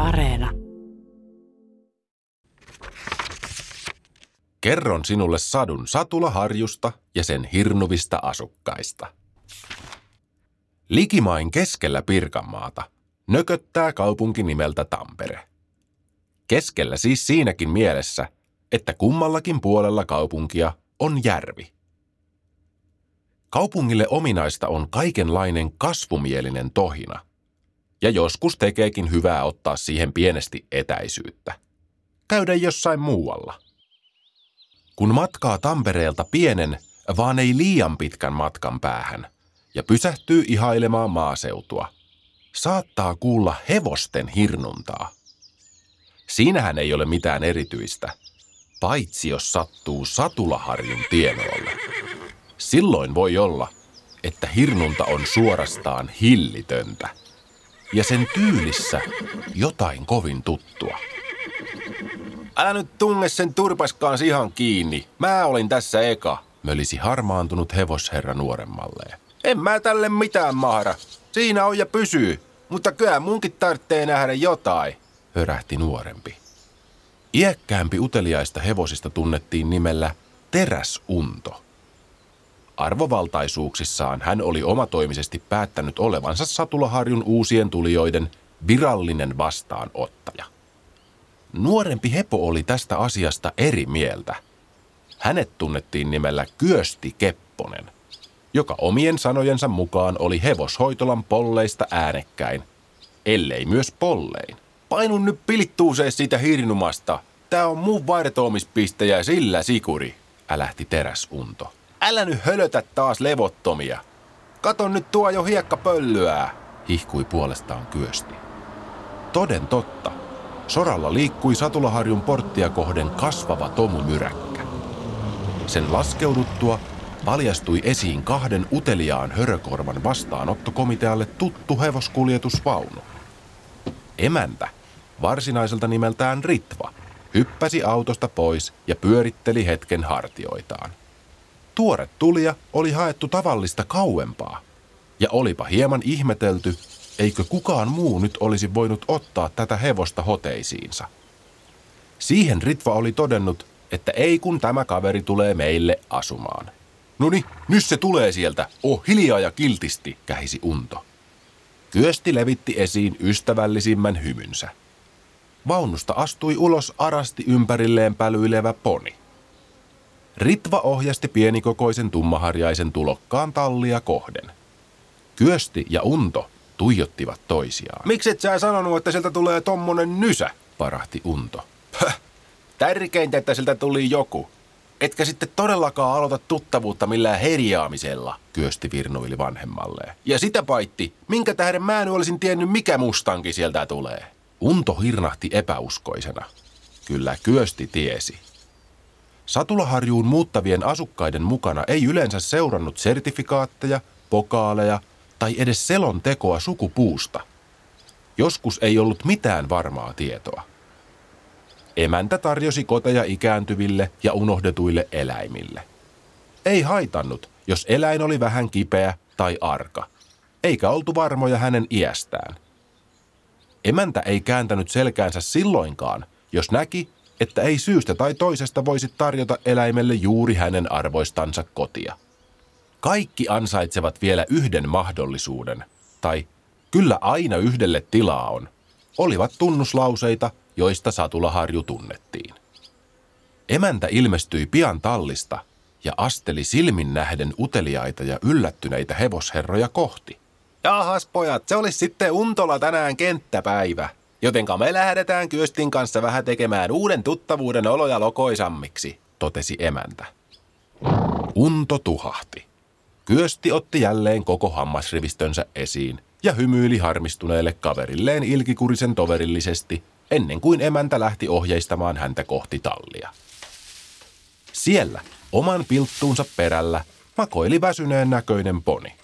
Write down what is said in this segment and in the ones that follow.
Areena. Kerron sinulle sadun Satulaharjusta ja sen hirnuvista asukkaista. Likimain keskellä Pirkanmaata nököttää kaupunki nimeltä Tampere. Keskellä siis siinäkin mielessä, että kummallakin puolella kaupunkia on järvi. Kaupungille ominaista on kaikenlainen kasvumielinen tohina, ja joskus tekeekin hyvää ottaa siihen pienesti etäisyyttä. Käydä jossain muualla. Kun matkaa Tampereelta pienen, vaan ei liian pitkän matkan päähän, ja pysähtyy ihailemaan maaseutua, saattaa kuulla hevosten hirnuntaa. Siinähän ei ole mitään erityistä, paitsi jos sattuu Satulaharjun tienoille. Silloin voi olla, että hirnunta on suorastaan hillitöntä, ja sen tyylissä jotain kovin tuttua. Älä nyt tunge sen turpaskaan ihan kiinni, mä olin tässä eka, mölisi harmaantunut hevosherra nuoremmalleen. En mä tälle mitään mahda, siinä on ja pysyy, mutta kyllä munkin tarvitsee nähdä jotain, hörähti nuorempi. Iäkkäämpi uteliaista hevosista tunnettiin nimellä Teräsunto. Arvovaltaisuuksissaan hän oli omatoimisesti päättänyt olevansa Satulaharjun uusien tulijoiden virallinen vastaanottaja. Nuorempi hepo oli tästä asiasta eri mieltä. Hänet tunnettiin nimellä Kyösti Kepponen, joka omien sanojensa mukaan oli hevoshoitolan polleista äänekkäin, ellei myös pollein. Painun nyt pilittuuseen siitä hirnumasta. Tää on mun vartoomispiste ja sillä sikuri, älähti Teräsunto. Älä nyt hölötä taas levottomia. Kato nyt tuo jo hiekkapöllöää, hihkui puolestaan Kyösti. Toden totta. Soralla liikkui Satulaharjun porttia kohden kasvava tomumyräkkä. Sen laskeuduttua paljastui esiin kahden uteliaan hörökorvan vastaanottokomitealle tuttu hevoskuljetusvaunu. Emäntä, varsinaiselta nimeltään Ritva, hyppäsi autosta pois ja pyöritteli hetken hartioitaan. Tuore tulija oli haettu tavallista kauempaa, ja olipa hieman ihmetelty, eikö kukaan muu nyt olisi voinut ottaa tätä hevosta hoteisiinsa. Siihen Ritva oli todennut, että ei kun tämä kaveri tulee meille asumaan. Noni, nyt se tulee sieltä, hiljaa ja kiltisti, kähisi Unto. Kyösti levitti esiin ystävällisimmän hymynsä. Vaunusta astui ulos arasti ympärilleen pälyilevä poni. Ritva ohjasti pienikokoisen tummaharjaisen tulokkaan tallia kohden. Kyösti ja Unto tuijottivat toisiaan. Mikset sä sanonut, että sieltä tulee tommonen nysä, parahti Unto. Tärkeintä, että sieltä tuli joku. Etkä sitten todellakaan aloita tuttavuutta millään herjaamisella, Kyösti virnuili vanhemmalleen. Ja sitä paitti, minkä tähden mä en olisin tiennyt, mikä mustanki sieltä tulee. Unto hirnahti epäuskoisena. Kyllä Kyösti tiesi. Satulaharjuun muuttavien asukkaiden mukana ei yleensä seurannut sertifikaatteja, pokaaleja tai edes selontekoa sukupuusta. Joskus ei ollut mitään varmaa tietoa. Emäntä tarjosi koteja ikääntyville ja unohdetuille eläimille. Ei haitannut, jos eläin oli vähän kipeä tai arka, eikä oltu varmoja hänen iästään. Emäntä ei kääntänyt selkäänsä silloinkaan, jos näki, että ei syystä tai toisesta voisi tarjota eläimelle juuri hänen arvoistansa kotia. Kaikki ansaitsevat vielä yhden mahdollisuuden, tai kyllä aina yhdelle tilaa on, olivat tunnuslauseita, joista Satulaharju tunnettiin. Emäntä ilmestyi pian tallista ja asteli silmin nähden uteliaita ja yllättyneitä hevosherroja kohti. Jahas pojat, se olisi sitten Untola tänään kenttäpäivä, jotenka me lähdetään Kyöstin kanssa vähän tekemään uuden tuttavuuden oloja lokoisammiksi, totesi emäntä. Unto tuhahti. Kyösti otti jälleen koko hammasrivistönsä esiin ja hymyili harmistuneelle kaverilleen ilkikurisen toverillisesti, ennen kuin emäntä lähti ohjeistamaan häntä kohti tallia. Siellä, oman pilttuunsa perällä, makoili väsyneen näköinen poni.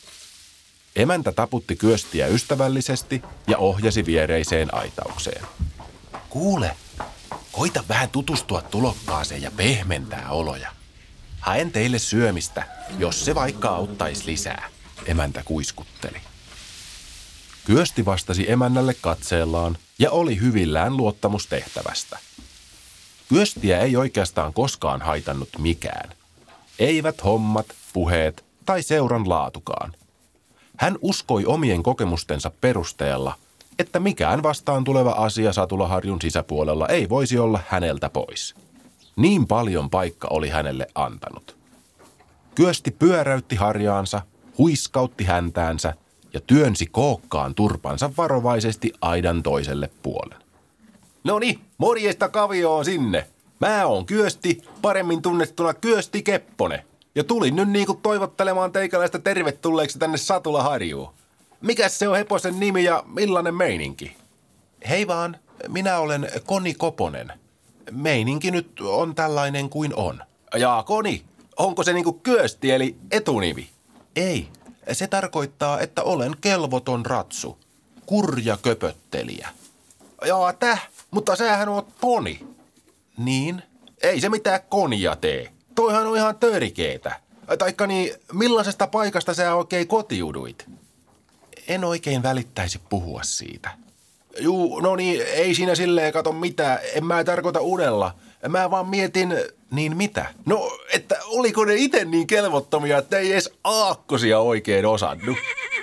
Emäntä taputti Kyöstiä ystävällisesti ja ohjasi viereiseen aitaukseen. Kuule, koita vähän tutustua tulokkaaseen ja pehmentää oloja. Haen teille syömistä, jos se vaikka auttaisi lisää, emäntä kuiskutteli. Kyösti vastasi emännälle katseellaan ja oli hyvillään luottamustehtävästä. Kyöstiä ei oikeastaan koskaan haitannut mikään. Eivät hommat, puheet tai seuran laatukaan. Hän uskoi omien kokemustensa perusteella, että mikään vastaan tuleva asia Satulaharjun sisäpuolella ei voisi olla häneltä pois. Niin paljon paikka oli hänelle antanut. Kyösti pyöräytti harjaansa, huiskautti häntäänsä ja työnsi kookkaan turpansa varovaisesti aidan toiselle puolelle. Noni, morjesta kavioon sinne. Mä oon Kyösti, paremmin tunnettuna Kyösti Kepponen. Ja tulin nyt niinku toivottelemaan teikäläistä tervetulleeksi tänne Satulaharjuun. Mikäs se on heposen nimi ja millainen meininki? Hei vaan, minä olen Koni Koponen. Meininki nyt on tällainen kuin on. Jaa, Koni. Onko se niinku Kyösti eli etunimi? Ei. Se tarkoittaa, että olen kelvoton ratsu. Kurja köpöttelijä. Jaa, mutta sähän oot Koni. Niin? Ei se mitään konia tee. Toihan on ihan törkeetä. Taikka niin, millaisesta paikasta sä oikein kotiuduit? En oikein välittäisi puhua siitä. Juu, no niin, ei siinä silleen kato mitään. En mä tarkoita unella. Mä vaan mietin, niin mitä? No, että oliko ne ite niin kelvottomia, että ei edes aakkosia oikein osannut?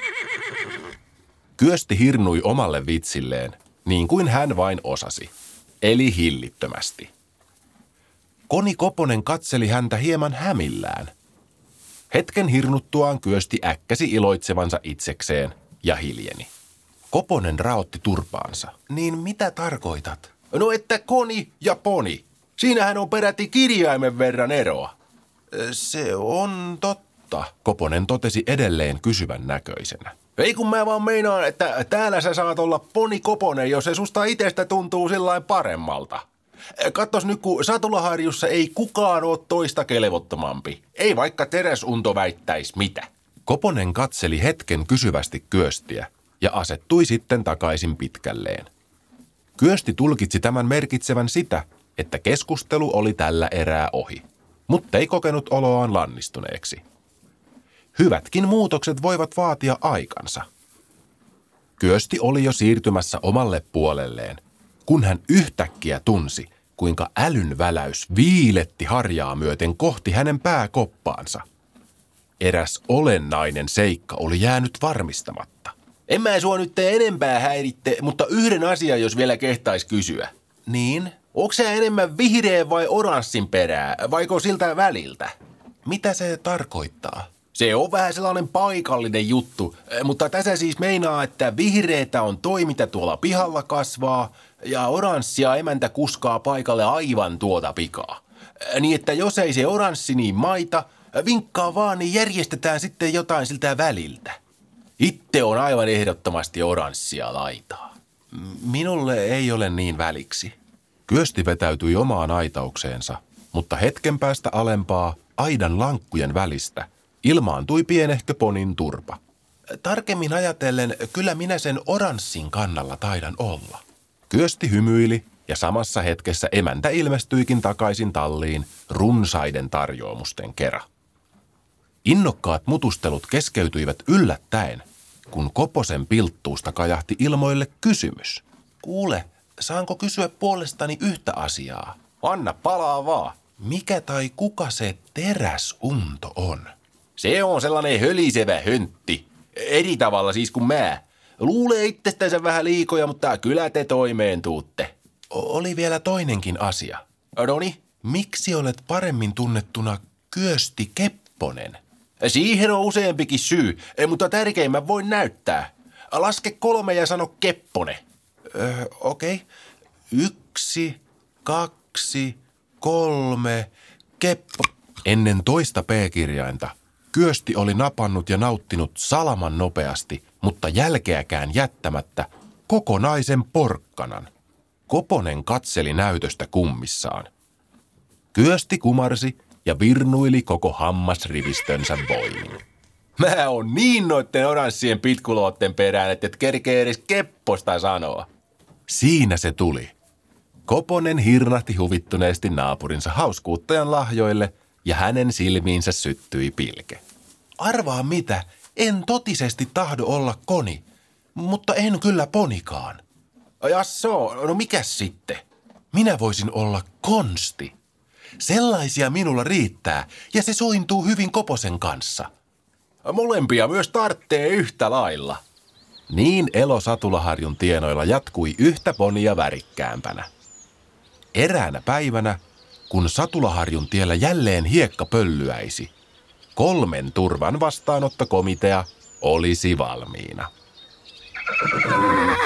Kyösti hirnui omalle vitsilleen, niin kuin hän vain osasi. Eli hillittömästi. Koni Koponen katseli häntä hieman hämillään. Hetken hirnuttuaan Kyösti äkkäsi iloitsevansa itsekseen ja hiljeni. Koponen raotti turpaansa. Niin mitä tarkoitat? No että Koni ja Poni. Siinähän on peräti kirjaimen verran eroa. Se on totta, Koponen totesi edelleen kysyvän näköisenä. Ei kun mä vaan meinaan, että täällä sä saat olla Poni Koponen, jos se susta itsestä tuntuu sillain paremmalta. Katsos nyt, kun Satulaharjussa ei kukaan ole toista kelevottomampi. Ei vaikka Teräsunto väittäisi mitä. Koponen katseli hetken kysyvästi Kyöstiä ja asettui sitten takaisin pitkälleen. Kyösti tulkitsi tämän merkitsevän sitä, että keskustelu oli tällä erää ohi, mutta ei kokenut oloaan lannistuneeksi. Hyvätkin muutokset voivat vaatia aikansa. Kyösti oli jo siirtymässä omalle puolelleen, kun hän yhtäkkiä tunsi, kuinka älynväläys viiletti harjaa myöten kohti hänen pääkoppaansa. Eräs olennainen seikka oli jäänyt varmistamatta. En mä sua nyt tee enempää häiritte, mutta yhden asian jos vielä kehtais kysyä. Niin? Onko sä enemmän vihreän vai oranssin perää, vaiko siltä väliltä? Mitä se tarkoittaa? Se on vähän sellainen paikallinen juttu, mutta tässä siis meinaa, että vihreätä on toi, mitä tuolla pihalla kasvaa, ja oranssia emäntä kuskaa paikalle aivan tuota pikaa. Niin että jos ei se oranssi niin maita, vinkkaa vaan, niin järjestetään sitten jotain siltä väliltä. Itse on aivan ehdottomasti oranssia laitaa. Minulle ei ole niin väliksi. Kyösti vetäytyi omaan aitaukseensa, mutta hetken päästä alempaa, aidan lankkujen välistä, ilmaantui pienehkö Ponin turpa. Tarkemmin ajatellen, kyllä minä sen oranssin kannalla taidan olla. Kyösti hymyili ja samassa hetkessä emäntä ilmestyikin takaisin talliin runsaiden tarjoamusten kera. Innokkaat mutustelut keskeytyivät yllättäen, kun Koposen pilttuusta kajahti ilmoille kysymys. Kuule, saanko kysyä puolestani yhtä asiaa? Anna palaa vaan. Mikä tai kuka se Teräsunto on? Se on sellainen hölisevä höntti. Eri tavalla siis kuin mä. Luulee itsestänsä vähän liikoja, mutta kyllä te toimeen tuutte. Oli vielä toinenkin asia. Noni? Miksi olet paremmin tunnettuna Kyösti Kepponen? Siihen on useampikin syy, mutta tärkeimmän voin näyttää. Laske 3 ja sano Kepponen. Okei. 1, 2, 3, Keppo. Ennen toista P-kirjainta Kyösti oli napannut ja nauttinut salaman nopeasti, mutta jälkeäkään jättämättä kokonaisen porkkanan. Koponen katseli näytöstä kummissaan. Kyösti kumarsi ja virnuili koko hammasrivistönsä voimin. Mä oon niin noitten oranssien pitkulootten perään, että et kerkee edes Kepposta sanoa. Siinä se tuli. Koponen hirnahti huvittuneesti naapurinsa hauskuuttajan lahjoille ja hänen silmiinsä syttyi pilke. Arvaa mitä, en totisesti tahdo olla Koni, Mutta en kyllä ponikaan. Jassoo, no mikäs sitten? Minä voisin olla konsti. Sellaisia minulla riittää ja se sointuu hyvin Koposen kanssa. Molempia myös tarttee yhtä lailla. Niin elo Satulaharjun tienoilla jatkui yhtä ponia värikkäämpänä. Eräänä päivänä, kun Satulaharjun tiellä jälleen hiekka pöllyäisi, 3 turvan vastaanottokomitea olisi valmiina.